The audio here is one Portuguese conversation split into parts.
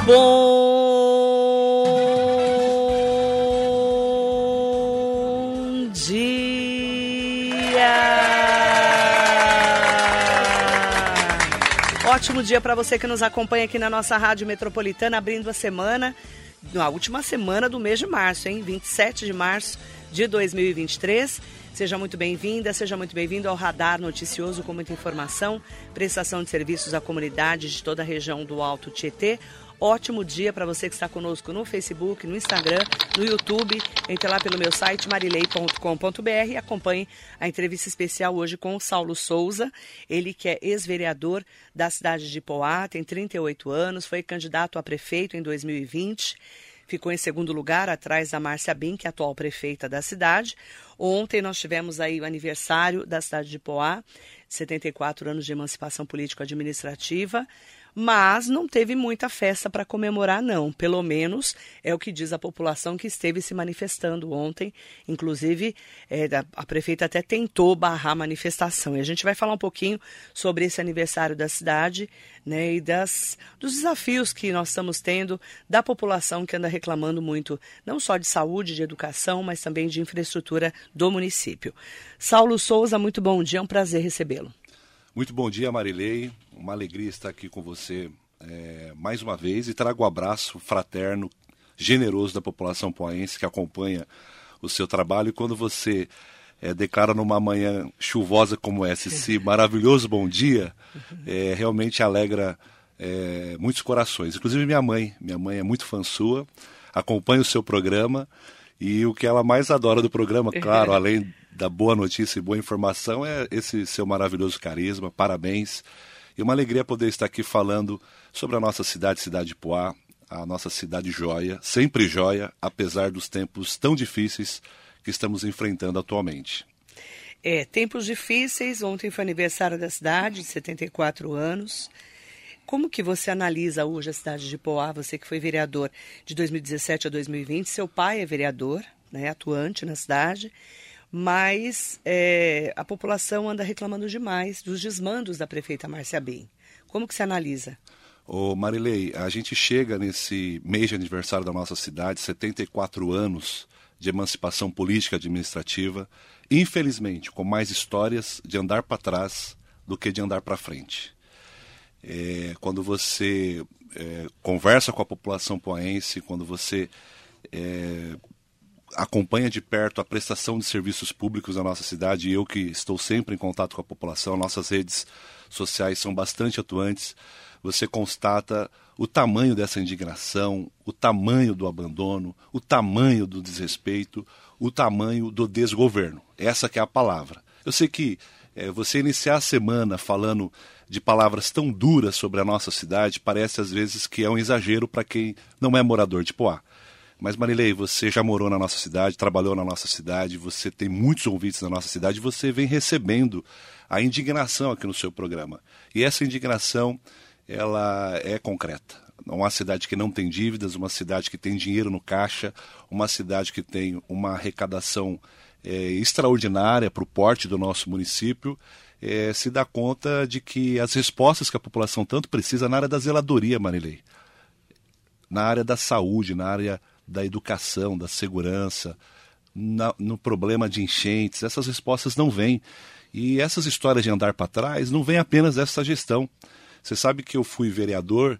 Bom dia! Ótimo dia para você que nos acompanha aqui na nossa Rádio Metropolitana, abrindo a semana, na última semana do mês de março, hein? 27 de março de 2023. Seja muito bem-vinda, seja muito bem-vindo ao Radar Noticioso com muita informação, prestação de serviços à comunidade de toda a região do Alto Tietê. Ótimo dia para você que está conosco no Facebook, no Instagram, no YouTube. Entre lá pelo meu site marilei.com.br e acompanhe a entrevista especial hoje com o Saulo Souza. Ele que é ex-vereador da cidade de Poá, tem 38 anos, foi candidato a prefeito em 2020. Ficou em segundo lugar, atrás da Márcia Bin, que é a atual prefeita da cidade. Ontem nós tivemos aí o aniversário da cidade de Poá, 74 anos de emancipação político-administrativa, mas não teve muita festa para comemorar, não. Pelo menos é o que diz a população que esteve se manifestando ontem. Inclusive, a prefeita até tentou barrar a manifestação. E a gente vai falar um pouquinho sobre esse aniversário da cidade, né, e dos desafios que nós estamos tendo da população que anda reclamando muito, não só de saúde, de educação, mas também de infraestrutura do município. Saulo Souza, muito bom dia, é um prazer recebê-lo. Muito bom dia, Marilei. Uma alegria estar aqui com você mais uma vez e trago um abraço fraterno, generoso da população poaense que acompanha o seu trabalho. E quando você declara numa manhã chuvosa como essa esse maravilhoso bom dia, realmente alegra muitos corações. Inclusive minha mãe é muito fã sua, acompanha o seu programa e o que ela mais adora do programa, claro, além da boa notícia e boa informação, é esse seu maravilhoso carisma. Parabéns. E uma alegria poder estar aqui falando sobre a nossa cidade de Poá, a nossa cidade joia, sempre joia, apesar dos tempos tão difíceis que estamos enfrentando atualmente. Tempos difíceis. Ontem foi aniversário da cidade, de 74 anos. Como que você analisa hoje a cidade de Poá, você que foi vereador de 2017 a 2020, seu pai é vereador, né, atuante na cidade, mas a população anda reclamando demais dos desmandos da prefeita Márcia Bin. Como que você analisa? Marilei, a gente chega nesse mês de aniversário da nossa cidade, 74 anos de emancipação política administrativa, infelizmente com mais histórias de andar para trás do que de andar para frente. Quando você conversa com a população poaense, quando você acompanha de perto a prestação de serviços públicos na nossa cidade, e eu que estou sempre em contato com a população, nossas redes sociais são bastante atuantes, você constata o tamanho dessa indignação, o tamanho do abandono, o tamanho do desrespeito, o tamanho do desgoverno. Essa que é a palavra. Eu sei que você iniciar a semana falando de palavras tão duras sobre a nossa cidade parece às vezes que é um exagero para quem não é morador de Poá. Mas, Marilei, você já morou na nossa cidade, trabalhou na nossa cidade, você tem muitos ouvintes na nossa cidade, você vem recebendo a indignação aqui no seu programa. E essa indignação, ela é concreta. Uma cidade que não tem dívidas, uma cidade que tem dinheiro no caixa, uma cidade que tem uma arrecadação extraordinária para o porte do nosso município, se dá conta de que as respostas que a população tanto precisa na área da zeladoria, Marilei, na área da saúde, na área da educação, da segurança, no problema de enchentes, essas respostas não vêm. E essas histórias de andar para trás não vêm apenas dessa gestão. Você sabe que eu fui vereador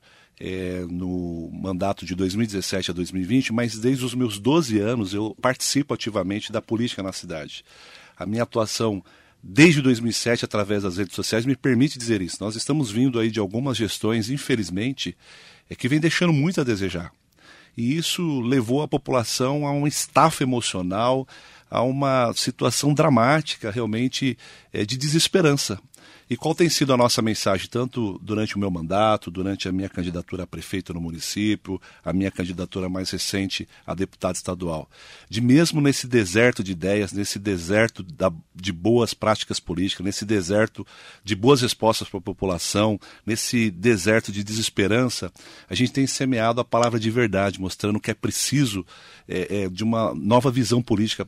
no mandato de 2017 a 2020, mas desde os meus 12 anos eu participo ativamente da política na cidade. A minha atuação desde 2007 através das redes sociais me permite dizer isso. Nós estamos vindo aí de algumas gestões, infelizmente, que vem deixando muito a desejar. E isso levou a população a um estafa emocional, a uma situação dramática, realmente, de desesperança. E qual tem sido a nossa mensagem, tanto durante o meu mandato, durante a minha candidatura a prefeito no município, a minha candidatura mais recente a deputado estadual? De mesmo nesse deserto de ideias, nesse deserto de boas práticas políticas, nesse deserto de boas respostas para a população, nesse deserto de desesperança, a gente tem semeado a palavra de verdade, mostrando que é preciso de uma nova visão política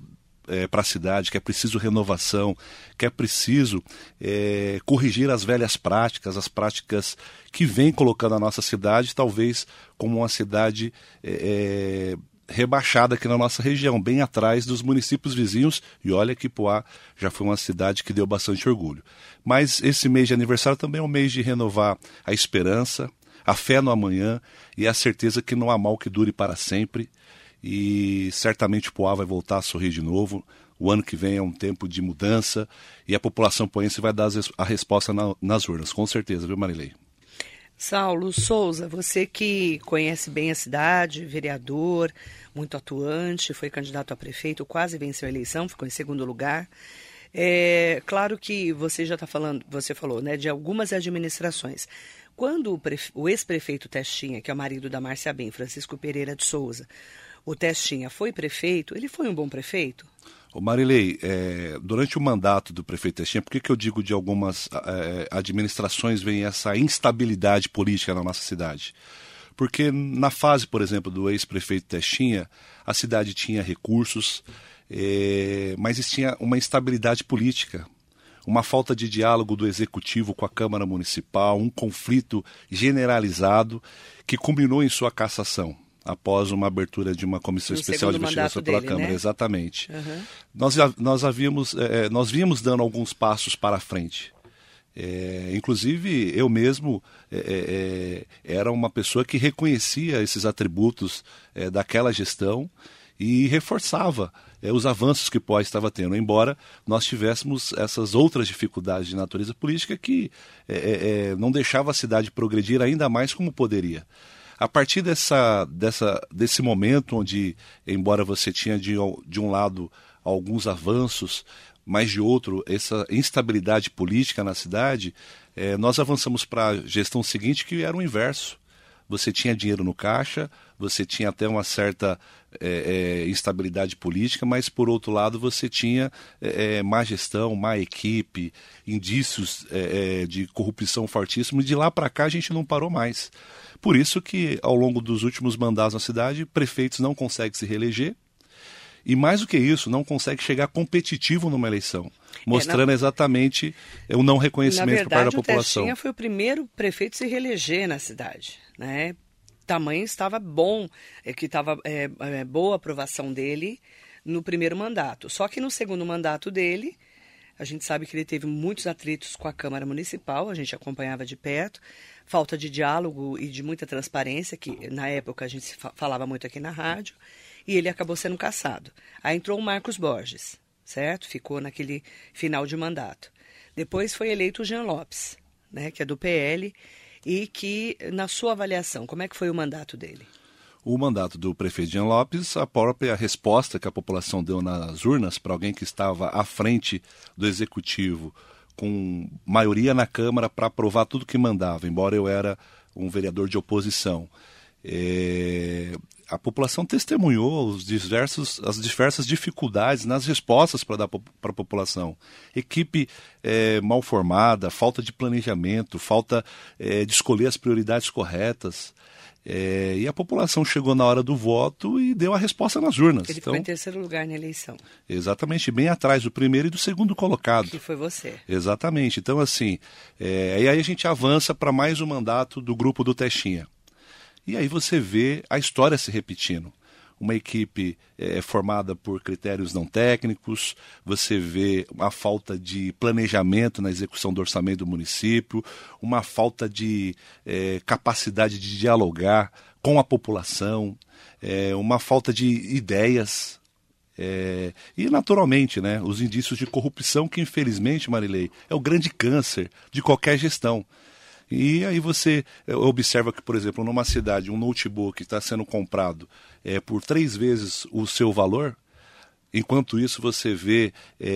para a cidade, que é preciso renovação, que é preciso corrigir as velhas práticas, as práticas que vêm colocando a nossa cidade, talvez como uma cidade rebaixada aqui na nossa região, bem atrás dos municípios vizinhos, e olha que Poá já foi uma cidade que deu bastante orgulho. Mas esse mês de aniversário também é um mês de renovar a esperança, a fé no amanhã e a certeza que não há mal que dure para sempre, e certamente Poá vai voltar a sorrir de novo. O ano que vem é um tempo de mudança e a população poense vai dar a resposta nas urnas, com certeza, viu, Marilei? Saulo Souza, você que conhece bem a cidade, vereador, muito atuante, foi candidato a prefeito, quase venceu a eleição, ficou em segundo lugar. Claro que você já está falando, você falou, né, de algumas administrações. Quando o ex-prefeito Testinha, que é o marido da Márcia Bem, Francisco Pereira de Souza, o Testinha foi prefeito, ele foi um bom prefeito? Ô Marilei, durante o mandato do prefeito Testinha, por que eu digo de algumas administrações vem essa instabilidade política na nossa cidade? Porque na fase, por exemplo, do ex-prefeito Testinha, a cidade tinha recursos, mas tinha uma instabilidade política, uma falta de diálogo do executivo com a Câmara Municipal, um conflito generalizado que culminou em sua cassação, após uma abertura de uma comissão especial de investigação pela Câmara. Né? Exatamente. Uhum. Nós víamos dando alguns passos para frente. Inclusive, eu mesmo era uma pessoa que reconhecia esses atributos daquela gestão e reforçava os avanços que Poá estava tendo, embora nós tivéssemos essas outras dificuldades de natureza política que não deixava a cidade progredir ainda mais como poderia. A partir desse momento onde, embora você tinha de um lado alguns avanços, mas de outro essa instabilidade política na cidade, nós avançamos para a gestão seguinte, que era o inverso. Você tinha dinheiro no caixa, você tinha até uma certa instabilidade política, mas por outro lado você tinha má gestão, má equipe, indícios de corrupção fortíssimos, e de lá para cá a gente não parou mais. Por isso que ao longo dos últimos mandatos na cidade, prefeitos não conseguem se reeleger, e mais do que isso, não consegue chegar competitivo numa eleição, mostrando exatamente o não reconhecimento por parte da população. O Testinha foi o primeiro prefeito a se reeleger na cidade, né? Tamanho estava bom, que estava boa a aprovação dele no primeiro mandato. Só que no segundo mandato dele, a gente sabe que ele teve muitos atritos com a Câmara Municipal, a gente acompanhava de perto, falta de diálogo e de muita transparência, que na época a gente falava muito aqui na rádio, e ele acabou sendo cassado. Aí entrou o Marcos Borges, certo? Ficou naquele final de mandato. Depois foi eleito o Jean Lopes, né, que é do PL, e que, na sua avaliação, como é que foi o mandato dele? O mandato do prefeito Jean Lopes, a própria resposta que a população deu nas urnas para alguém que estava à frente do executivo, com maioria na Câmara para aprovar tudo que mandava, embora eu era um vereador de oposição. A população testemunhou as diversas dificuldades nas respostas para dar para a população. Equipe mal formada, falta de planejamento, falta de escolher as prioridades corretas. E a população chegou na hora do voto e deu a resposta nas urnas. Ele ficou em terceiro lugar na eleição. Exatamente, bem atrás do primeiro e do segundo colocado. Que foi você. Exatamente. Então, assim, e aí a gente avança para mais um mandato do grupo do Testinha. E aí você vê a história se repetindo. Uma equipe formada por critérios não técnicos, você vê uma falta de planejamento na execução do orçamento do município, uma falta de capacidade de dialogar com a população, uma falta de ideias. E naturalmente, né, os indícios de corrupção que infelizmente, Marilei, é o grande câncer de qualquer gestão. E aí você observa que, por exemplo, numa cidade, um notebook está sendo comprado por 3 vezes o seu valor. Enquanto isso, você vê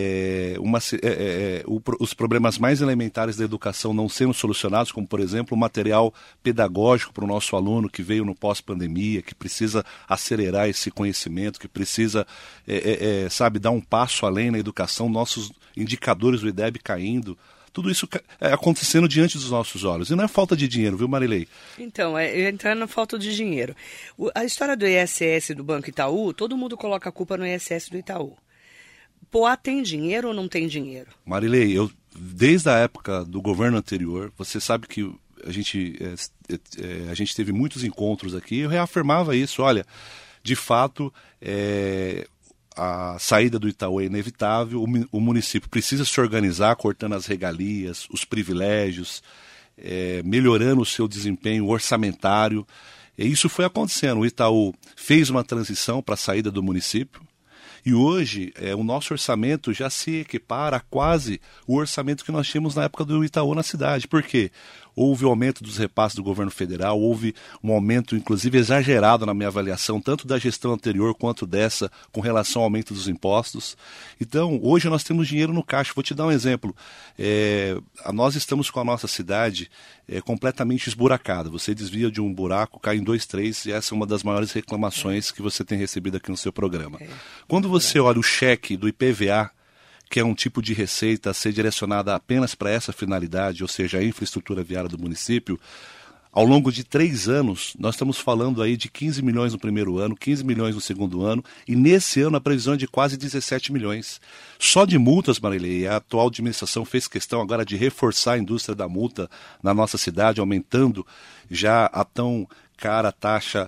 os problemas mais elementares da educação não sendo solucionados, como, por exemplo, o material pedagógico para o nosso aluno que veio no pós-pandemia, que precisa acelerar esse conhecimento, que precisa, dar um passo além na educação, nossos indicadores do IDEB caindo. Tudo isso acontecendo diante dos nossos olhos. E não é falta de dinheiro, viu, Marilei? Então, entrar na falta de dinheiro. A história do ISS do Banco Itaú, todo mundo coloca a culpa no ISS do Itaú. Ipoá tem dinheiro ou não tem dinheiro? Marilei, desde a época do governo anterior, você sabe que a gente teve muitos encontros aqui, eu reafirmava isso, olha, de fato, a saída do Itaú é inevitável, o município precisa se organizar, cortando as regalias, os privilégios, melhorando o seu desempenho orçamentário. E isso foi acontecendo. O Itaú fez uma transição para a saída do município e hoje o nosso orçamento já se equipara a quase o orçamento que nós tínhamos na época do Itaú na cidade. Por quê? Houve o aumento dos repasses do governo federal, houve um aumento, inclusive, exagerado na minha avaliação, tanto da gestão anterior quanto dessa, com relação ao aumento dos impostos. Então, hoje nós temos dinheiro no caixa. Vou te dar um exemplo. Nós estamos com a nossa cidade completamente esburacada. Você desvia de um buraco, cai em 2, 3, e essa é uma das maiores reclamações que você tem recebido aqui no seu programa. Quando você olha o cheque do IPVA, que é um tipo de receita a ser direcionada apenas para essa finalidade, ou seja, a infraestrutura viária do município, ao longo de 3 anos, nós estamos falando aí de 15 milhões no primeiro ano, 15 milhões no segundo ano, e nesse ano a previsão é de quase 17 milhões. Só de multas, Marilei, a atual administração fez questão agora de reforçar a indústria da multa na nossa cidade, aumentando já a tão cara taxa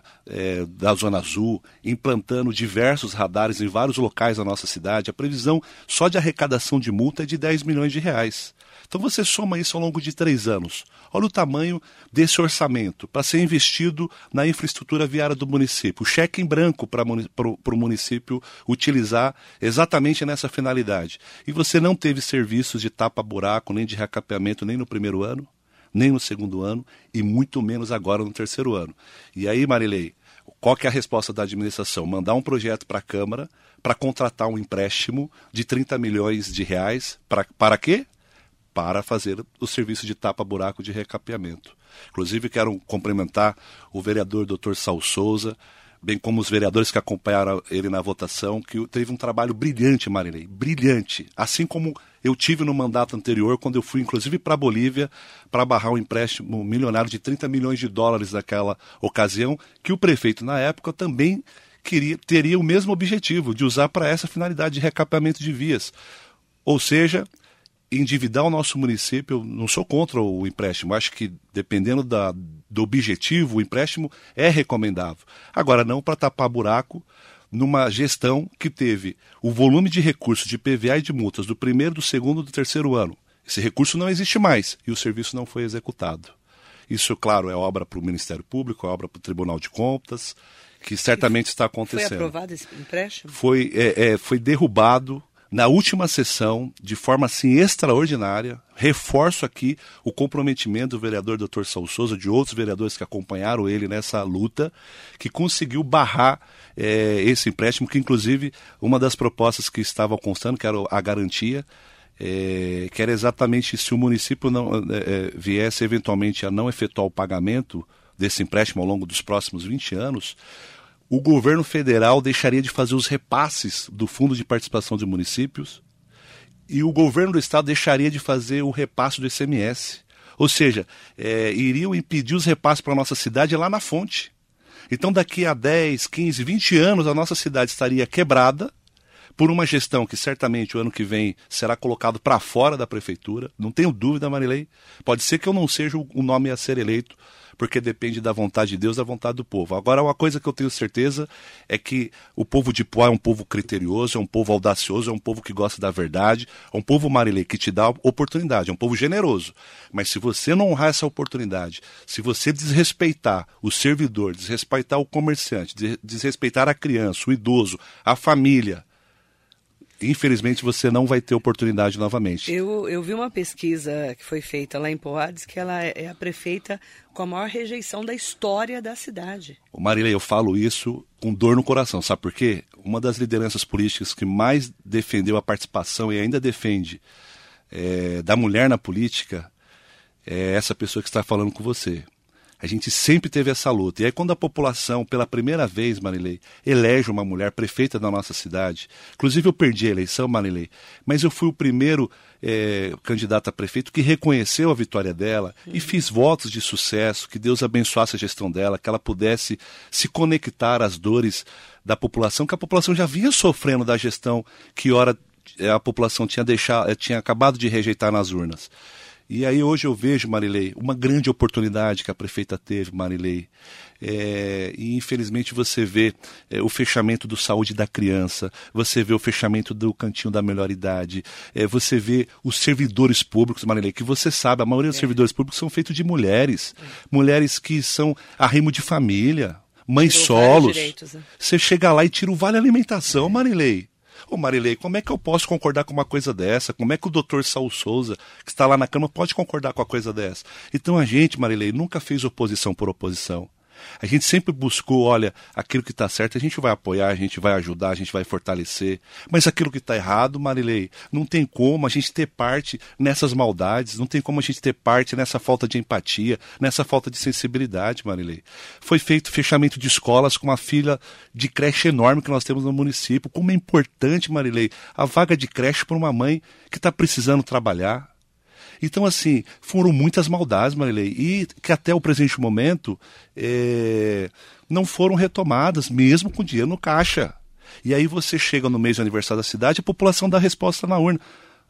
da Zona Azul, implantando diversos radares em vários locais da nossa cidade. A previsão só de arrecadação de multa é de 10 milhões de reais. Então você soma isso ao longo de 3 anos. Olha o tamanho desse orçamento para ser investido na infraestrutura viária do município. O cheque em branco para o município utilizar exatamente nessa finalidade. E você não teve serviços de tapa-buraco, nem de recapeamento, nem no primeiro ano, nem no segundo ano e muito menos agora no terceiro ano. E aí, Marilei, qual que é a resposta da administração? Mandar um projeto para a Câmara para contratar um empréstimo de 30 milhões de reais. Para quê? Para fazer o serviço de tapa-buraco de recapeamento. Inclusive, quero cumprimentar o vereador Dr. Saul Souza, bem como os vereadores que acompanharam ele na votação, que teve um trabalho brilhante, Marilei, brilhante. Assim como eu tive no mandato anterior, quando eu fui, inclusive, para a Bolívia, para barrar um empréstimo milionário de 30 milhões de dólares naquela ocasião, que o prefeito, na época, também teria o mesmo objetivo, de usar para essa finalidade de recapeamento de vias. Ou seja, endividar o nosso município, eu não sou contra o empréstimo, acho que dependendo do objetivo, o empréstimo é recomendável. Agora, não para tapar buraco numa gestão que teve o volume de recursos de PVA e de multas do primeiro, do segundo e do terceiro ano. Esse recurso não existe mais e o serviço não foi executado. Isso, claro, é obra para o Ministério Público, é obra para o Tribunal de Contas, que certamente está acontecendo. Foi aprovado esse empréstimo? Foi derrubado na última sessão, de forma assim extraordinária. Reforço aqui o comprometimento do vereador Dr. Saul Souza, de outros vereadores que acompanharam ele nessa luta, que conseguiu barrar esse empréstimo, que inclusive uma das propostas que estava constando, que era a garantia, que era exatamente se o município não viesse eventualmente a não efetuar o pagamento desse empréstimo ao longo dos próximos 20 anos, o governo federal deixaria de fazer os repasses do Fundo de Participação de Municípios e o governo do estado deixaria de fazer o repasse do ICMS. Ou seja, iriam impedir os repasses para a nossa cidade lá na fonte. Então, daqui a 10, 15, 20 anos, a nossa cidade estaria quebrada por uma gestão que certamente o ano que vem será colocado para fora da prefeitura. Não tenho dúvida, Marilei. Pode ser que eu não seja o nome a ser eleito, porque depende da vontade de Deus, da vontade do povo. Agora, uma coisa que eu tenho certeza é que o povo de Ipoá é um povo criterioso, é um povo audacioso, é um povo que gosta da verdade, é um povo, Marilei, que te dá oportunidade, é um povo generoso. Mas se você não honrar essa oportunidade, se você desrespeitar o servidor, desrespeitar o comerciante, desrespeitar a criança, o idoso, a família, infelizmente você não vai ter oportunidade novamente. Eu vi uma pesquisa que foi feita lá em Ipoá, diz que ela é a prefeita com a maior rejeição da história da cidade. Marilei, eu falo isso com dor no coração, sabe por quê? Uma das lideranças políticas que mais defendeu a participação e ainda defende da mulher na política é essa pessoa que está falando com você. A gente sempre teve essa luta. E aí quando a população, pela primeira vez, Marilei, elege uma mulher prefeita da nossa cidade, inclusive eu perdi a eleição, Marilei, mas eu fui o primeiro candidato a prefeito que reconheceu a vitória dela e fiz votos de sucesso, que Deus abençoasse a gestão dela, que ela pudesse se conectar às dores da população, que a população já vinha sofrendo da gestão que ora a população tinha acabado de rejeitar nas urnas. E aí hoje eu vejo, Marilei, uma grande oportunidade que a prefeita teve, Marilei. E infelizmente você vê o fechamento do Saúde da Criança, você vê o fechamento do Cantinho da Melhor Idade, você vê os servidores públicos, Marilei, que você sabe, a maioria dos servidores públicos são feitos de mulheres, mulheres que são arrimo de família, mães solos. Direitos, né? Você chega lá e tira o vale alimentação, Marilei. Ô Marilei, como é que eu posso concordar com uma coisa dessa? Como é que o doutor Saul Souza, que está lá na Câmara, pode concordar com uma coisa dessa? Então a gente, Marilei, nunca fez oposição por oposição. A gente sempre buscou, olha, aquilo que está certo a gente vai apoiar, a gente vai ajudar, a gente vai fortalecer. Mas aquilo que está errado, Marilei, não tem como a gente ter parte nessas maldades, não tem como a gente ter parte nessa falta de empatia, nessa falta de sensibilidade, Marilei. Foi feito fechamento de escolas com uma fila de creche enorme que nós temos no município. Como é importante, Marilei, a vaga de creche para uma mãe que está precisando trabalhar. Então, assim, foram muitas maldades, Marilei, e que até o presente momento não foram retomadas, mesmo com dinheiro no caixa. E aí você chega no mês do aniversário da cidade, a população dá resposta na urna.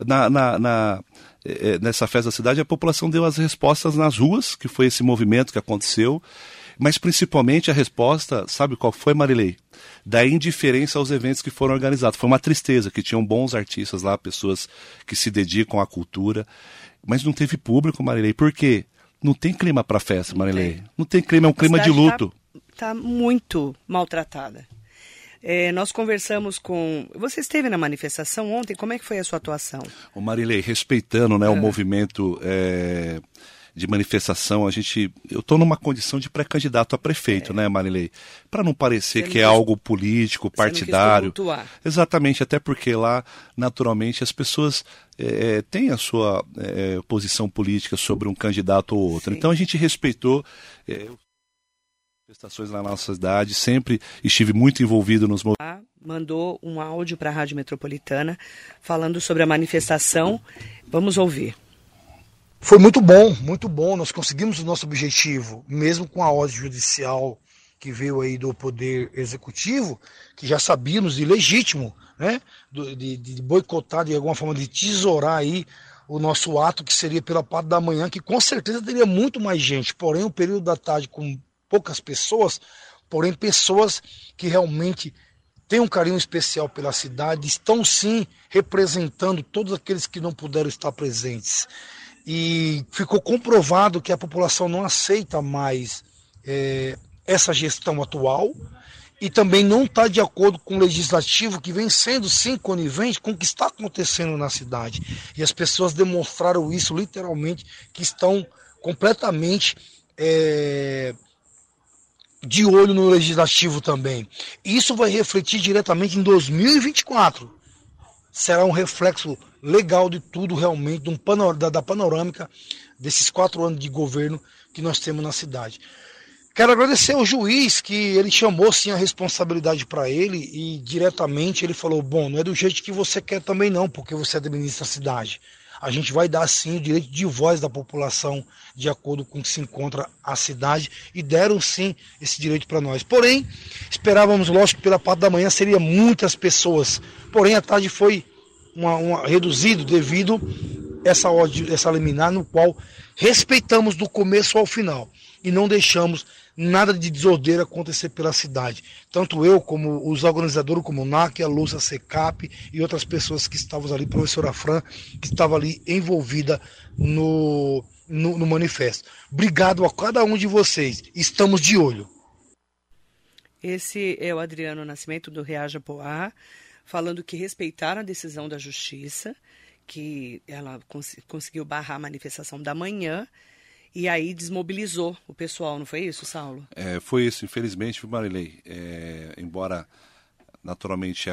Nessa festa da cidade, a população deu as respostas nas ruas, que foi esse movimento que aconteceu, mas principalmente a resposta, sabe qual foi, Marilei? Da indiferença aos eventos que foram organizados. Foi uma tristeza, que tinham bons artistas lá, pessoas que se dedicam à cultura, mas não teve público, Marilei. Por quê? Não tem clima para festa, Marilei. Não tem clima, é um clima de luto. Tá muito maltratada. Nós conversamos com... Você esteve na manifestação ontem, como é que foi a sua atuação? Ô Marilei, respeitando, né, o movimento de manifestação, eu estou numa condição de pré-candidato a prefeito, né, Marilei? Para não parecer que é algo político, partidário. Você não quis tumultuar. Exatamente, até porque lá, naturalmente, as pessoas têm a sua posição política sobre um candidato ou outro. Sim. Então a gente respeitou manifestações na nossa cidade, sempre estive muito envolvido nos movimentos. Mandou um áudio para a Rádio Metropolitana falando sobre a manifestação. Vamos ouvir. Foi muito bom, nós conseguimos o nosso objetivo, mesmo com a ordem judicial que veio aí do Poder Executivo, que já sabíamos ilegítimo, né, de boicotar, de alguma forma de tesourar aí o nosso ato, que seria pela parte da manhã, que com certeza teria muito mais gente, porém o período da tarde com poucas pessoas, porém pessoas que realmente têm um carinho especial pela cidade, estão sim representando todos aqueles que não puderam estar presentes. E ficou comprovado que a população não aceita mais essa gestão atual e também não está de acordo com o legislativo que vem sendo sim conivente com o que está acontecendo na cidade. E as pessoas demonstraram isso literalmente, que estão completamente de olho no legislativo também. E isso vai refletir diretamente em 2024. Será um reflexo legal de tudo realmente, da panorâmica desses 4 anos de governo que nós temos na cidade. Quero agradecer ao juiz, que ele chamou sim a responsabilidade para ele e diretamente ele falou, bom, não é do jeito que você quer também não, porque você administra a cidade. A gente vai dar sim o direito de voz da população de acordo com o que se encontra a cidade e deram sim esse direito para nós. Porém, esperávamos, lógico, que pela parte da manhã seria muitas pessoas, porém a tarde foi reduzido devido a essa liminar no qual respeitamos do começo ao final e não deixamos nada de desordeiro acontecer pela cidade. Tanto eu, como os organizadores, como o NAC, a Lúcia Secap e outras pessoas que estavam ali, professora Fran, que estava ali envolvida no manifesto. Obrigado a cada um de vocês. Estamos de olho. Esse é o Adriano Nascimento do Reaja Poá, falando que respeitaram a decisão da Justiça, que ela conseguiu barrar a manifestação da manhã, e aí desmobilizou o pessoal, não foi isso, Saulo? Foi isso, infelizmente, Marilei. Embora, naturalmente,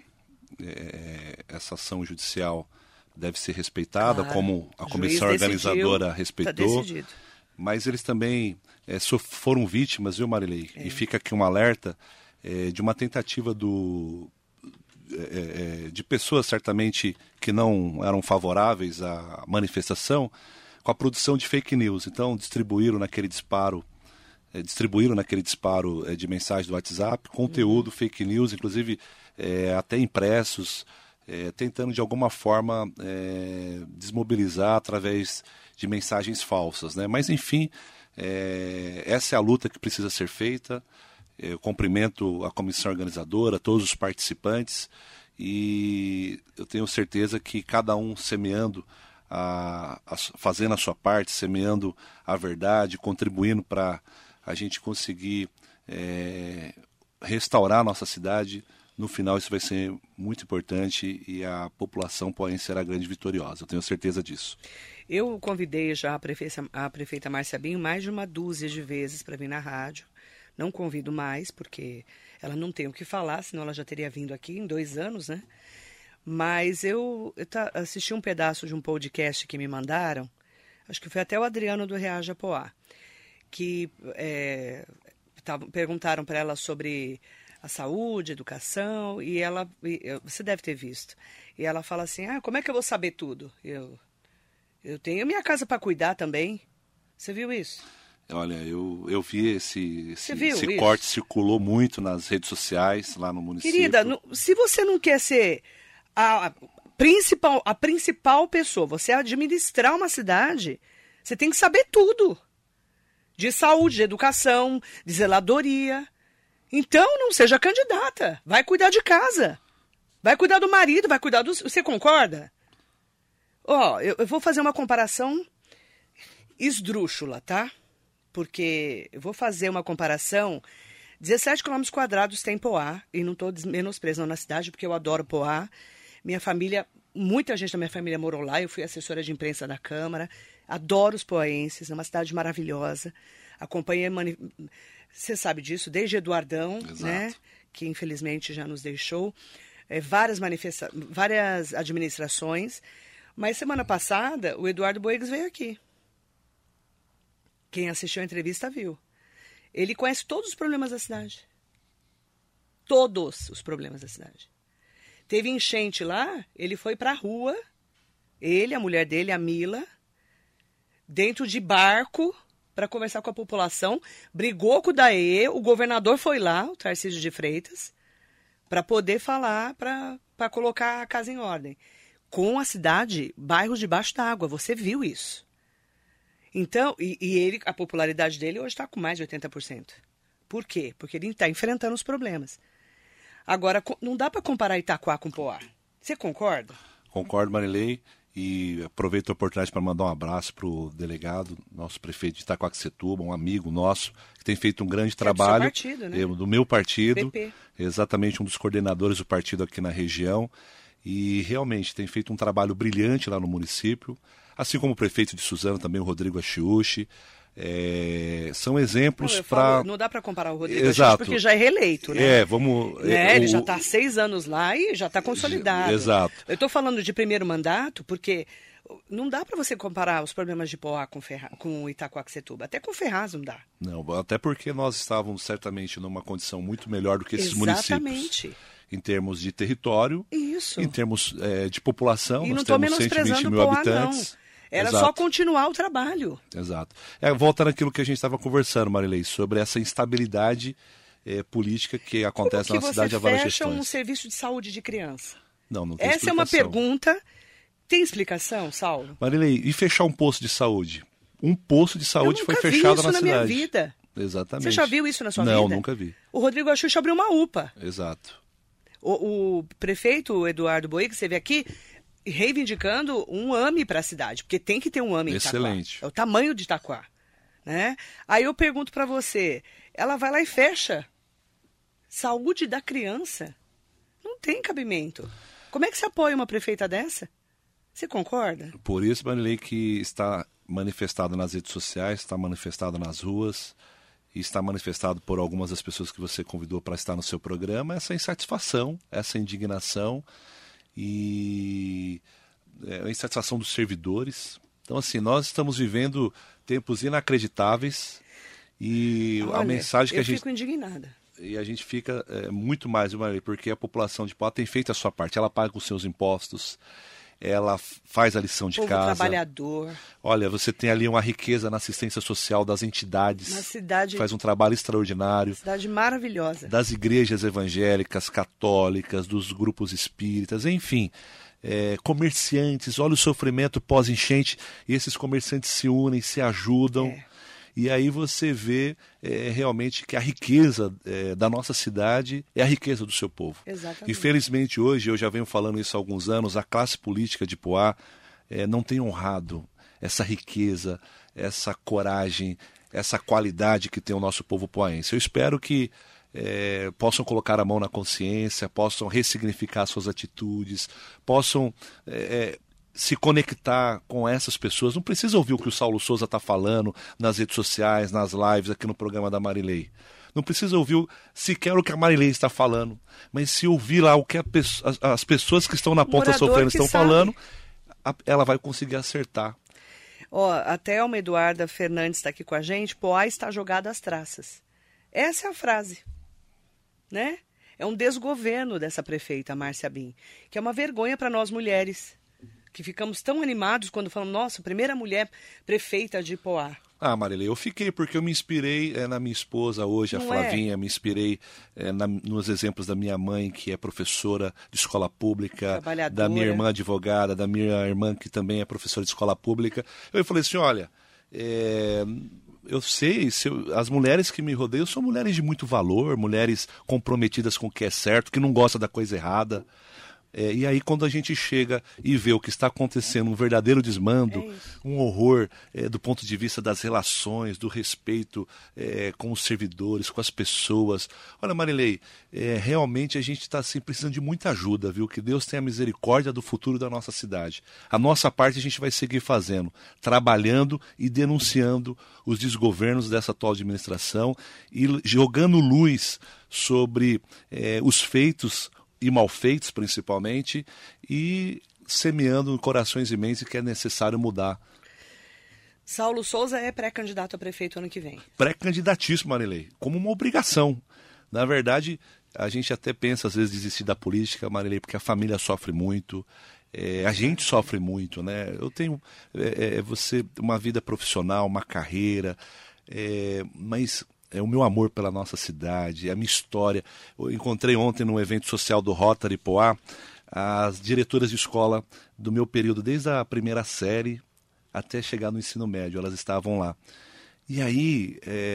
essa ação judicial deve ser respeitada, claro, como a comissão organizadora respeitou, tá, mas eles também foram vítimas, viu, Marilei? E fica aqui um alerta de uma tentativa de pessoas certamente que não eram favoráveis à manifestação, com a produção de fake news. Então distribuíram naquele disparo de mensagem do WhatsApp conteúdo fake news, inclusive até impressos, tentando de alguma forma desmobilizar através de mensagens falsas, né? Mas enfim, essa é a luta que precisa ser feita. Eu cumprimento a comissão organizadora, todos os participantes, e eu tenho certeza que cada um semeando, fazendo a sua parte, semeando a verdade, contribuindo para a gente conseguir restaurar a nossa cidade. No final isso vai ser muito importante e a população poense será grande vitoriosa, eu tenho certeza disso. Eu convidei já a prefeita Márcia Binho mais de uma dúzia de vezes para vir na rádio. Não convido mais, porque ela não tem o que falar, senão ela já teria vindo aqui em 2 anos, né? Mas eu assisti um pedaço de um podcast que me mandaram, acho que foi até o Adriano do Reaja Poá, que perguntaram para ela sobre a saúde, educação, e você deve ter visto. E ela fala assim, como é que eu vou saber tudo? Eu tenho minha casa para cuidar também. Você viu isso? Olha, eu vi esse isso? Corte, circulou muito nas redes sociais lá no município. Querida, se você não quer ser a principal pessoa, você administrar uma cidade, você tem que saber tudo. De saúde, de educação, de zeladoria. Então, não seja candidata. Vai cuidar de casa. Vai cuidar do marido, vai cuidar do... Você concorda? Eu vou fazer uma comparação esdrúxula, tá? Porque eu vou fazer uma comparação, 17 km² tem Poá, e não estou menosprezando a cidade, porque eu adoro Poá. Minha família, muita gente da minha família morou lá, eu fui assessora de imprensa da Câmara, adoro os poenses, é uma cidade maravilhosa. Acompanhei, você sabe disso, desde Eduardão, né, que infelizmente já nos deixou, várias administrações, mas semana passada o Eduardo Boegues veio aqui. Quem assistiu a entrevista viu. Ele conhece todos os problemas da cidade. Todos os problemas da cidade. Teve enchente lá, ele foi para a rua, ele, a mulher dele, a Mila, dentro de barco, para conversar com a população, brigou com o DAE, o governador foi lá, o Tarcísio de Freitas, para poder falar, para colocar a casa em ordem. Com a cidade, bairros debaixo d'água, você viu isso. Então, a popularidade dele hoje está com mais de 80%. Por quê? Porque ele está enfrentando os problemas. Agora, não dá para comparar Itaquá com Poá. Você concorda? Concordo, Marilei. E aproveito a oportunidade para mandar um abraço para o delegado, nosso prefeito de Itaquaquecetuba, um amigo nosso, que tem feito um grande trabalho. Do seu partido, né? Do meu partido. PP. Exatamente, um dos coordenadores do partido aqui na região. E realmente tem feito um trabalho brilhante lá no município. Assim como o prefeito de Suzano, também o Rodrigo Achiuchi. São exemplos para... Não dá para comparar o Rodrigo Achiuchi porque já é reeleito, né? Ele já está há 6 anos lá e já está consolidado. Exato. Eu estou falando de primeiro mandato porque não dá para você comparar os problemas de Poá com Itaquaquecetuba. Até com Ferraz não dá. Não, até porque nós estávamos certamente numa condição muito melhor do que esses municípios. Exatamente. Em termos de território, isso. Em termos de população, e nós temos 120 mil Poá, habitantes. Não. Era só continuar o trabalho. Exato. Volta naquilo que a gente estava conversando, Marilei, sobre essa instabilidade política que acontece na cidade há várias gestões. Como que você fecha um serviço de saúde de criança? Não tem Essa explicação. é uma pergunta. Tem explicação, Saulo? Marilei, e fechar um posto de saúde? Um posto de saúde foi fechado na cidade. Eu nunca vi isso na minha vida. Exatamente. Você já viu isso na sua vida? Não, nunca vi. O Rodrigo Achiuchi abriu uma UPA. Exato. O prefeito Eduardo Boegues esteve aqui reivindicando um AME para a cidade, porque tem que ter um AME em Itaquá. Excelente. É o tamanho de Itaquá, né? Aí eu pergunto para você, ela vai lá e fecha saúde da criança? Não tem cabimento. Como é que se apoia uma prefeita dessa? Você concorda? Por isso, Marilei, que está manifestado nas redes sociais, está manifestado nas ruas e está manifestado por algumas das pessoas que você convidou para estar no seu programa essa insatisfação, essa indignação e a insatisfação dos servidores. Então, assim, nós estamos vivendo tempos inacreditáveis e a mensagem que a gente... Eu fico indignada. E a gente fica muito mais, porque a população de Poá tem feito a sua parte. Ela paga os seus impostos, ela faz a lição de povo casa. trabalhador. Olha, você tem ali uma riqueza na assistência social das entidades. Uma cidade, faz um trabalho extraordinário. Cidade maravilhosa. Das igrejas evangélicas, católicas, dos grupos espíritas, enfim. Comerciantes, olha o sofrimento pós-enchente, e esses comerciantes se unem, se ajudam. E aí você vê realmente que a riqueza da nossa cidade é a riqueza do seu povo. Exatamente. Infelizmente hoje, eu já venho falando isso há alguns anos, a classe política de Poá não tem honrado essa riqueza, essa coragem, essa qualidade que tem o nosso povo poaense. Eu espero que possam colocar a mão na consciência, possam ressignificar suas atitudes, possam se conectar com essas pessoas. Não precisa ouvir o que o Saulo Souza está falando nas redes sociais, nas lives, aqui no programa da Marilei. Não precisa ouvir sequer o que a Marilei está falando, mas se ouvir lá o que as pessoas que estão na ponta sofrendo estão falando, ela vai conseguir acertar. A Thelma Eduarda Fernandes está aqui com a gente. Poá está jogada às traças. Essa é a frase, né? É um desgoverno dessa prefeita, Márcia Bim, que é uma vergonha para nós mulheres, que ficamos tão animados quando falamos, nossa, primeira mulher prefeita de Poá. Marilei, eu fiquei porque eu me inspirei na minha esposa hoje, a Flavinha, me inspirei nos exemplos da minha mãe, que é professora de escola pública, da minha irmã advogada, da minha irmã que também é professora de escola pública. Eu falei assim, olha, eu sei, as mulheres que me rodeiam são mulheres de muito valor, mulheres comprometidas com o que é certo, que não gostam da coisa errada. E aí quando a gente chega e vê o que está acontecendo, um verdadeiro desmando, um horror do ponto de vista das relações, do respeito com os servidores, com as pessoas. Olha, Marilei, realmente a gente está assim, precisando de muita ajuda, viu? Que Deus tenha misericórdia do futuro da nossa cidade. A nossa parte a gente vai seguir fazendo, trabalhando e denunciando os desgovernos dessa atual administração e jogando luz sobre os feitos e malfeitos principalmente, e semeando em corações e mentes que é necessário mudar. Saulo Souza é pré-candidato a prefeito ano que vem. Pré-candidatíssimo, Marilei, como uma obrigação. Na verdade, a gente até pensa às vezes desistir da política, Marilei, porque a família sofre muito, a gente sofre muito, né? Eu tenho você uma vida profissional, uma carreira, mas o meu amor pela nossa cidade, a minha história. Eu encontrei ontem num evento social do Rotary Poá as diretoras de escola do meu período, desde a primeira série até chegar no ensino médio, elas estavam lá. E aí,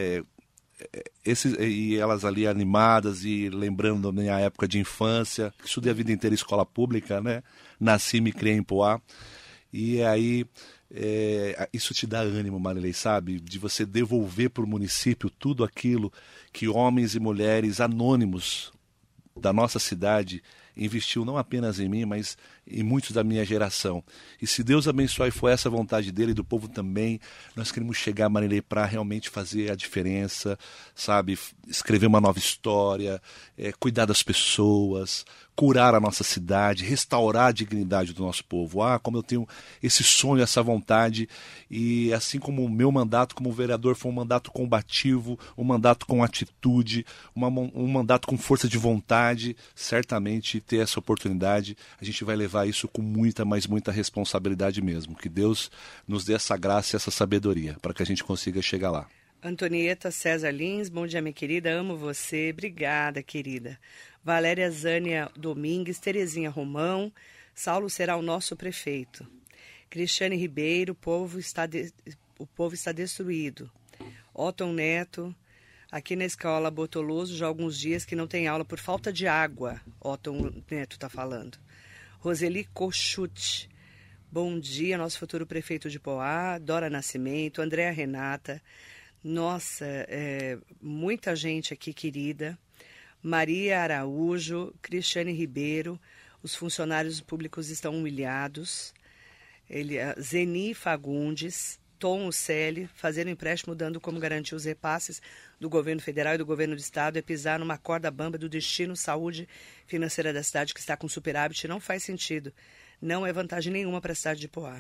e elas ali animadas e lembrando da minha época de infância, estudei a vida inteira em escola pública, né? Nasci e me criei em Poá. E aí isso te dá ânimo, Marilei, sabe? De você devolver para o município tudo aquilo que homens e mulheres anônimos da nossa cidade investiu não apenas em mim, mas em muitos da minha geração. E se Deus abençoar e for essa vontade dele e do povo também, nós queremos chegar, Marilei, para realmente fazer a diferença, sabe? Escrever uma nova história, cuidar das pessoas, curar a nossa cidade, restaurar a dignidade do nosso povo. Como eu tenho esse sonho, essa vontade, e assim como o meu mandato como vereador foi um mandato combativo, um mandato com atitude, um mandato com força de vontade, certamente ter essa oportunidade, a gente vai levar isso com muita, mas muita responsabilidade mesmo. Que Deus nos dê essa graça e essa sabedoria para que a gente consiga chegar lá. Antonieta César Lins, bom dia, minha querida, amo você, obrigada, querida. Valéria Zânia Domingues, Terezinha Romão, Saulo será o nosso prefeito. Cristiane Ribeiro, o povo está destruído. Otton Neto, aqui na escola Botoloso já há alguns dias que não tem aula por falta de água, Otton Neto está falando. Roseli Cochute, bom dia, nosso futuro prefeito de Poá, Dora Nascimento, Andréa Renata, nossa, muita gente aqui querida, Maria Araújo, Cristiane Ribeiro, os funcionários públicos estão humilhados, Zeni Fagundes, Tom Ucelli, fazer um empréstimo dando como garantia os repasses do governo federal e do governo do estado é pisar numa corda bamba do destino saúde financeira da cidade que está com superávit, não faz sentido. Não é vantagem nenhuma para a cidade de Poá.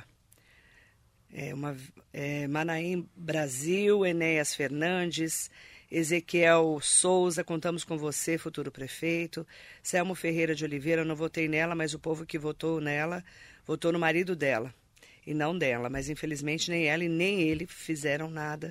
Manaim Brasil, Enéas Fernandes, Ezequiel Souza, contamos com você, futuro prefeito. Selmo Ferreira de Oliveira, eu não votei nela, mas o povo que votou nela votou no marido dela e não dela, mas infelizmente nem ela e nem ele fizeram nada,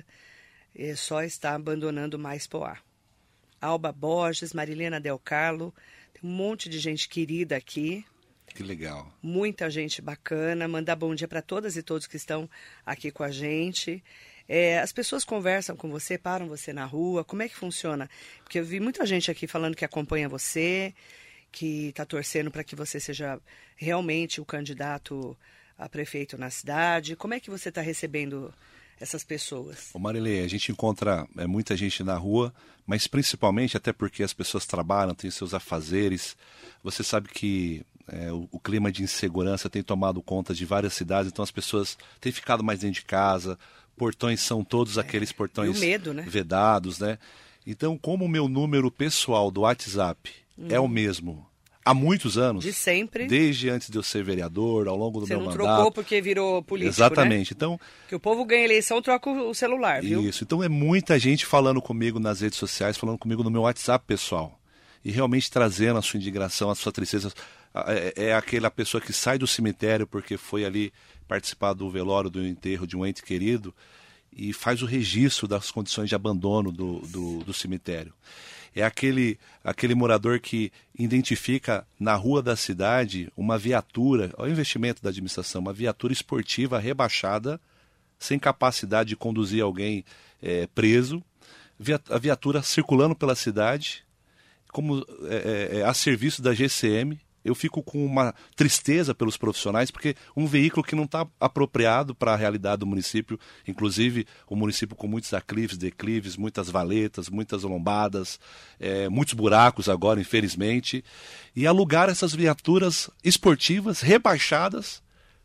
só está abandonando mais Poá. Alba Borges, Marilena Del Carlo, tem um monte de gente querida aqui. Que legal. Muita gente bacana, mandar bom dia para todas e todos que estão aqui com a gente. As pessoas conversam com você, param você na rua, como é que funciona? Porque eu vi muita gente aqui falando que acompanha você, que está torcendo para que você seja realmente o candidato a prefeito na cidade. Como é que você está recebendo essas pessoas? Ô Marilê, a gente encontra muita gente na rua, mas principalmente até porque as pessoas trabalham, têm seus afazeres. Você sabe que o clima de insegurança tem tomado conta de várias cidades, então as pessoas têm ficado mais dentro de casa, portões são todos aqueles portões medo, né? Vedados, né? Então, como o meu número pessoal do WhatsApp é o mesmo há muitos anos. De sempre. Desde antes de eu ser vereador, ao longo do meu mandato. Você não trocou porque virou político, Exatamente. Né? Então, que o povo ganha eleição, troca o celular, viu? Isso. Então é muita gente falando comigo nas redes sociais, falando comigo no meu WhatsApp pessoal. E realmente trazendo a sua indignação, a sua tristeza. É aquela pessoa que sai do cemitério porque foi ali participar do velório, do enterro de um ente querido e faz o registro das condições de abandono do cemitério. É aquele morador que identifica na rua da cidade uma viatura, olha o investimento da administração, uma viatura esportiva rebaixada, sem capacidade de conduzir alguém preso, a viatura circulando pela cidade, como a serviço da GCM. Eu fico com uma tristeza pelos profissionais, porque um veículo que não está apropriado para a realidade do município, inclusive o município com muitos aclives, declives, muitas valetas, muitas lombadas, muitos buracos agora, infelizmente, e alugar essas viaturas esportivas rebaixadas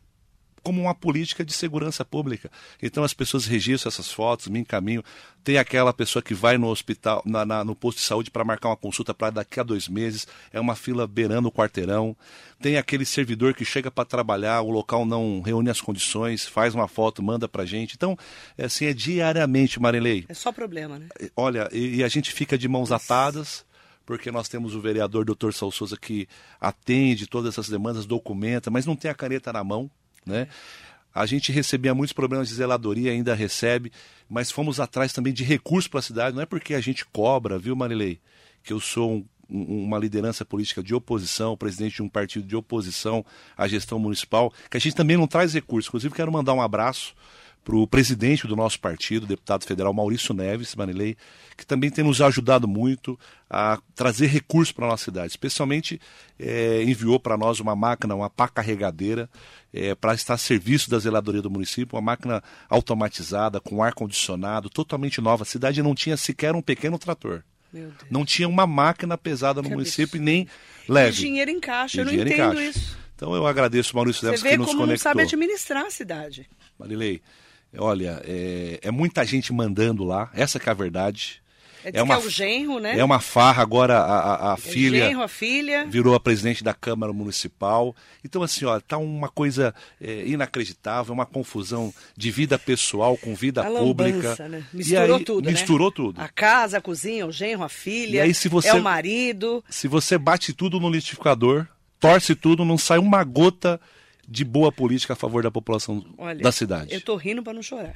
como uma política de segurança pública. Então as pessoas registram essas fotos, me encaminham. Tem aquela pessoa que vai no hospital, no posto de saúde para marcar uma consulta para daqui a 2 meses, é uma fila beirando o quarteirão. Tem aquele servidor que chega para trabalhar, o local não reúne as condições, faz uma foto, manda para a gente. Então, assim, é diariamente, Marilei. É só problema, né? Olha, e a gente fica de mãos atadas, porque nós temos o vereador Dr. Saul Souza que atende todas essas demandas, documenta, mas não tem a caneta na mão. Né? A gente recebia muitos problemas de zeladoria, ainda recebe, mas fomos atrás também de recursos para a cidade. Não é porque a gente cobra, viu, Marilei, que eu sou uma liderança política de oposição, presidente de um partido de oposição à gestão municipal, que a gente também não traz recursos. Inclusive, quero mandar um abraço para o presidente do nosso partido, o deputado federal Maurício Neves, Marilei, que também tem nos ajudado muito a trazer recursos para a nossa cidade. Especialmente enviou para nós uma máquina, uma pá carregadeira, para estar a serviço da zeladoria do município, uma máquina automatizada, com ar-condicionado, totalmente nova. A cidade não tinha sequer um pequeno trator. Não tinha uma máquina pesada no município e nem leve. E dinheiro em caixa, eu não entendo isso. Então eu agradeço o Maurício Neves que nos conectou. Você vê como não sabe administrar a cidade. Marilei, olha, é muita gente mandando lá, essa que é a verdade. É o genro, né? É uma farra, agora a filha, genro, a filha virou a presidente da Câmara Municipal. Então, assim, ó, tá uma coisa inacreditável, uma confusão de vida pessoal com vida pública. Né? Misturou tudo, Misturou tudo. A casa, a cozinha, o genro, a filha, e aí, se você, é o marido. Se você bate tudo no liquidificador, torce tudo, não sai uma gota de boa política a favor da população da cidade. Eu tô rindo para não chorar.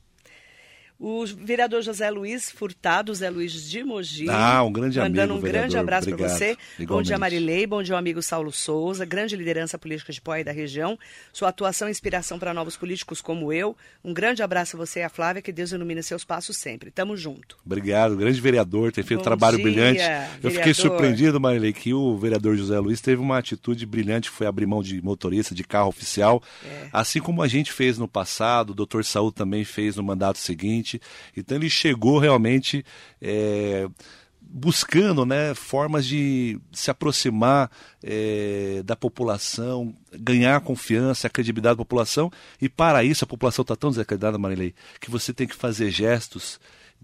O vereador José Luiz Furtado, Zé Luiz de Mogi. Um grande amigo, mandando um vereador. Grande abraço para você. Igualmente. Bom dia, Marilei. Bom dia, ao amigo Saulo Souza. Grande liderança política de Poá e da região. Sua atuação e inspiração para novos políticos como eu. Um grande abraço a você e a Flávia. Que Deus ilumine seus passos sempre. Tamo junto. Obrigado. Grande vereador. Tem feito um trabalho brilhante. Eu fiquei surpreendido, Marilei, que o vereador José Luiz teve uma atitude brilhante. Foi abrir mão de motorista, de carro oficial. Assim como a gente fez no passado. O doutor Saúl também fez no mandato seguinte. Então ele chegou realmente buscando, né, formas de se aproximar da população, ganhar a confiança, a credibilidade da população. E para isso a população está tão desacreditada, Marilei, que você tem que fazer gestos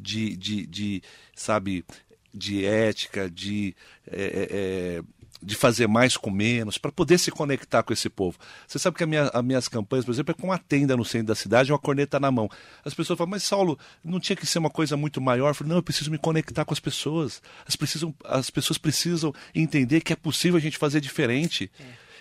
sabe, de ética, de fazer mais com menos, para poder se conectar com esse povo. Você sabe que as minhas campanhas, por exemplo, é com uma tenda no centro da cidade e uma corneta na mão. As pessoas falam, mas Saulo, não tinha que ser uma coisa muito maior? Eu falo, não, eu preciso me conectar com as pessoas. As pessoas precisam entender que é possível a gente fazer diferente.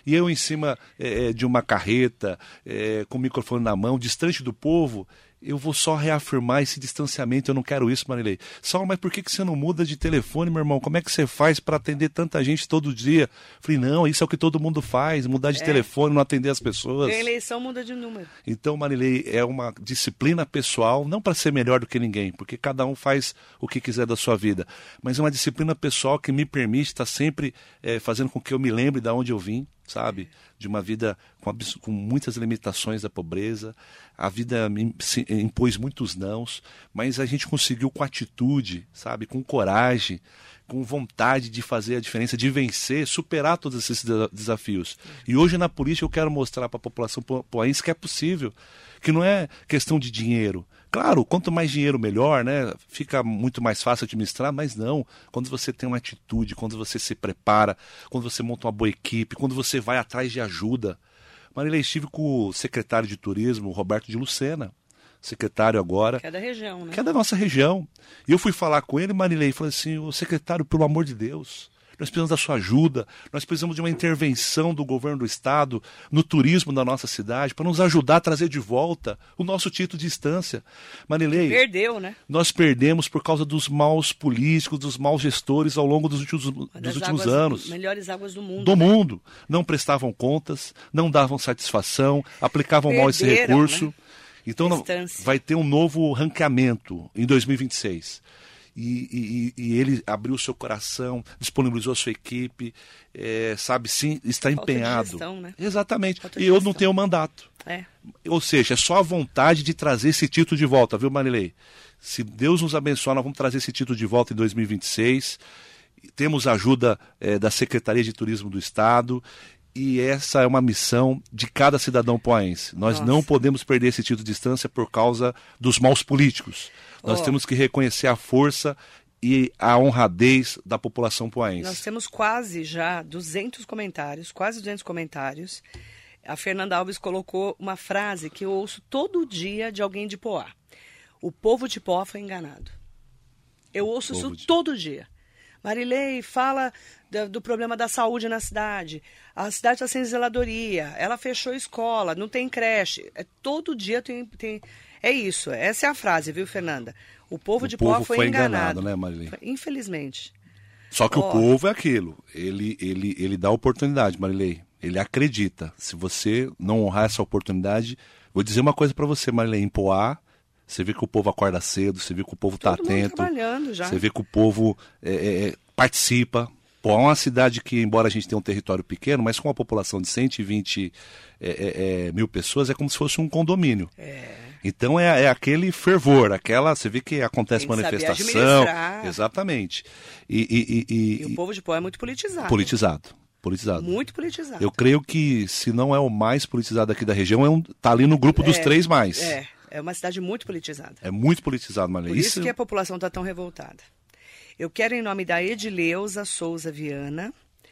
e eu em cima de uma carreta, com o microfone na mão, distante do povo, eu vou só reafirmar esse distanciamento. Eu não quero isso, Marilei. Saulo, mas por que você não muda de telefone, meu irmão? Como é que você faz para atender tanta gente todo dia? Falei, não, isso é o que todo mundo faz, mudar de telefone, não atender as pessoas. Tem eleição, muda de número. Então, Marilei, é uma disciplina pessoal, não para ser melhor do que ninguém, porque cada um faz o que quiser da sua vida, mas é uma disciplina pessoal que me permite estar sempre fazendo com que eu me lembre de onde eu vim, sabe? De uma vida com muitas limitações da pobreza. A vida me impôs muitos nãos, mas a gente conseguiu com atitude, sabe? Com coragem, com vontade de fazer a diferença, de vencer, superar todos esses desafios. E hoje na política eu quero mostrar para a população poense que é possível, que não é questão de dinheiro. Claro, quanto mais dinheiro melhor, né? Fica muito mais fácil administrar, mas não. Quando você tem uma atitude, quando você se prepara, quando você monta uma boa equipe, quando você vai atrás de ajuda. Marilei, estive com o secretário de turismo, Roberto de Lucena, secretário agora. Que é da região, né? Que é da nossa região. E eu fui falar com ele, Marilei, e falei assim, o secretário, pelo amor de Deus, nós precisamos da sua ajuda, nós precisamos de uma intervenção do governo do estado no turismo da nossa cidade para nos ajudar a trazer de volta o nosso título de distância. Marilei, perdeu, né? Nós perdemos por causa dos maus políticos, dos maus gestores ao longo dos últimos anos. Melhores águas do mundo. Do mundo. Não prestavam contas, não davam satisfação, aplicavam mal esse recurso. Né? Então vai ter um novo ranqueamento em 2026. E ele abriu o seu coração, disponibilizou a sua equipe, sabe, sim, está empenhado. Falta de gestão, né? Exatamente. E eu não tenho mandato. Ou seja, é só a vontade de trazer esse título de volta, viu, Marilei? Se Deus nos abençoar, nós vamos trazer esse título de volta em 2026. Temos a ajuda da Secretaria de Turismo do Estado. E essa é uma missão de cada cidadão poense. Nós não podemos perder esse título de distância por causa dos maus políticos. Nós temos que reconhecer a força e a honradez da população poense. Nós temos quase já 200 comentários, quase 200 comentários. A Fernanda Alves colocou uma frase que eu ouço todo dia de alguém de Poá. O povo de Poá foi enganado. Eu ouço isso todo dia. Marilei, fala do problema da saúde na cidade. A cidade está sem zeladoria, ela fechou escola, não tem creche. Todo dia tem... É isso, essa é a frase, viu, Fernanda? O povo de Poá foi enganado, né, Marilei? Infelizmente. Só que o povo é aquilo, ele dá oportunidade, Marilei. Ele acredita. Se você não honrar essa oportunidade... Vou dizer uma coisa para você, Marilei, em Poá, você vê que o povo acorda cedo, você vê que o povo está atento. Trabalhando já. Você vê que o povo participa. Pô, é uma cidade que, embora a gente tenha um território pequeno, mas com uma população de 120 mil pessoas, é como se fosse um condomínio. Então é aquele fervor, você vê que acontece manifestação. Exatamente. E o povo de Poá é muito politizado. Politizado. Muito politizado. Eu creio que, se não é o mais politizado aqui da região, tá ali no grupo dos 3 mais. É uma cidade muito politizada. É muito politizado, Marilei. Por isso que a população está tão revoltada. Eu quero, em nome da Edileuza Souza Viana,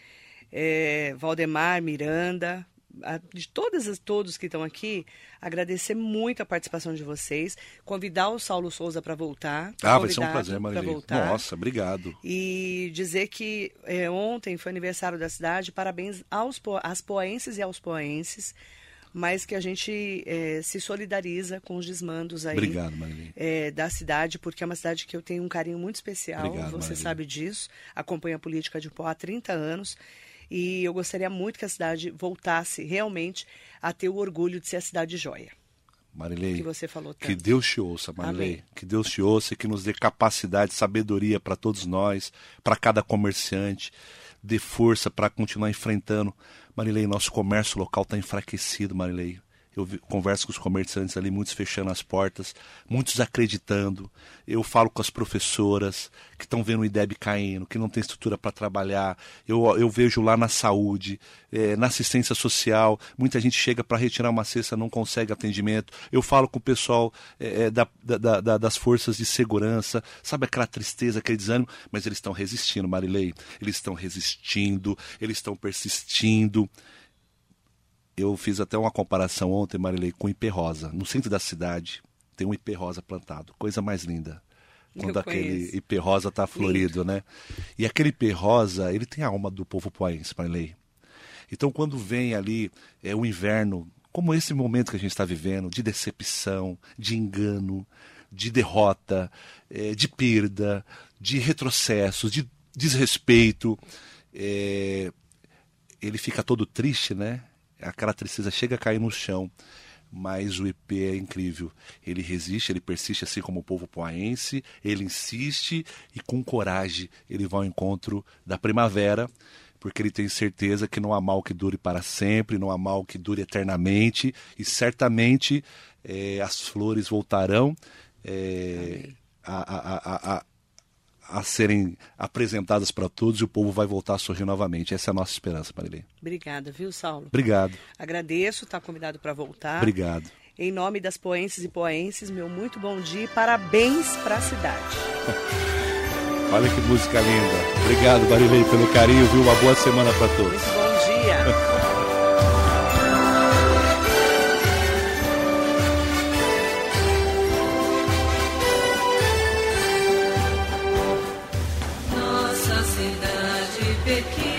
Valdemar Miranda, de todos que estão aqui, agradecer muito a participação de vocês, convidar o Saulo Souza para voltar. Vai ser um prazer, Marilei. Nossa, obrigado. E dizer que ontem foi aniversário da cidade, parabéns às poenses e aos poenses, mas que a gente se solidariza com os desmandos aí. Obrigado, Marilei. Da cidade, porque é uma cidade que eu tenho um carinho muito especial. Obrigado, você Marilei. sabe disso. Acompanho a política de Poá há 30 anos. E eu gostaria muito que a cidade voltasse realmente a ter o orgulho de ser a cidade joia. Marilei, que você falou tanto. Que Deus te ouça, Marilei. Amém. Que Deus te ouça e que nos dê capacidade, sabedoria para todos nós, para cada comerciante, dê força para continuar enfrentando. Marilei, nosso comércio local está enfraquecido, Marilei. Eu converso com os comerciantes ali, muitos fechando as portas, muitos acreditando. Eu falo com as professoras que estão vendo o IDEB caindo, que não tem estrutura para trabalhar. Eu vejo lá na saúde, na assistência social, muita gente chega para retirar uma cesta, não consegue atendimento. Eu falo com o pessoal das forças de segurança, sabe aquela tristeza, aquele desânimo? Mas eles estão resistindo, Marilei. Eles estão resistindo, eles estão persistindo. Eu fiz até uma comparação ontem, Marilei, com o ipê rosa. No centro da cidade tem um ipê rosa plantado. Coisa mais linda. Quando aquele ipê rosa está florido, né? E aquele ipê rosa, ele tem a alma do povo poense, Marilei. Então, quando vem ali o inverno, como esse momento que a gente está vivendo, de decepção, de engano, de derrota, de perda, de retrocesso, de desrespeito, ele fica todo triste, né? Aquela tristeza chega a cair no chão, mas o IP é incrível. Ele resiste, ele persiste, assim como o povo poaense, ele insiste e com coragem ele vai ao encontro da primavera, porque ele tem certeza que não há mal que dure para sempre, não há mal que dure eternamente, e certamente as flores voltarão a serem apresentadas para todos e o povo vai voltar a sorrir novamente. Essa é a nossa esperança, Marilei. Obrigada, viu, Saulo? Obrigado. Agradeço, está convidado para voltar. Obrigado. Em nome das poenses e poenses, meu muito bom dia e parabéns para a cidade. Olha que música linda. Obrigado, Marilei, pelo carinho, viu? Uma boa semana para todos. Muito bom dia. Nossa cidade pequena.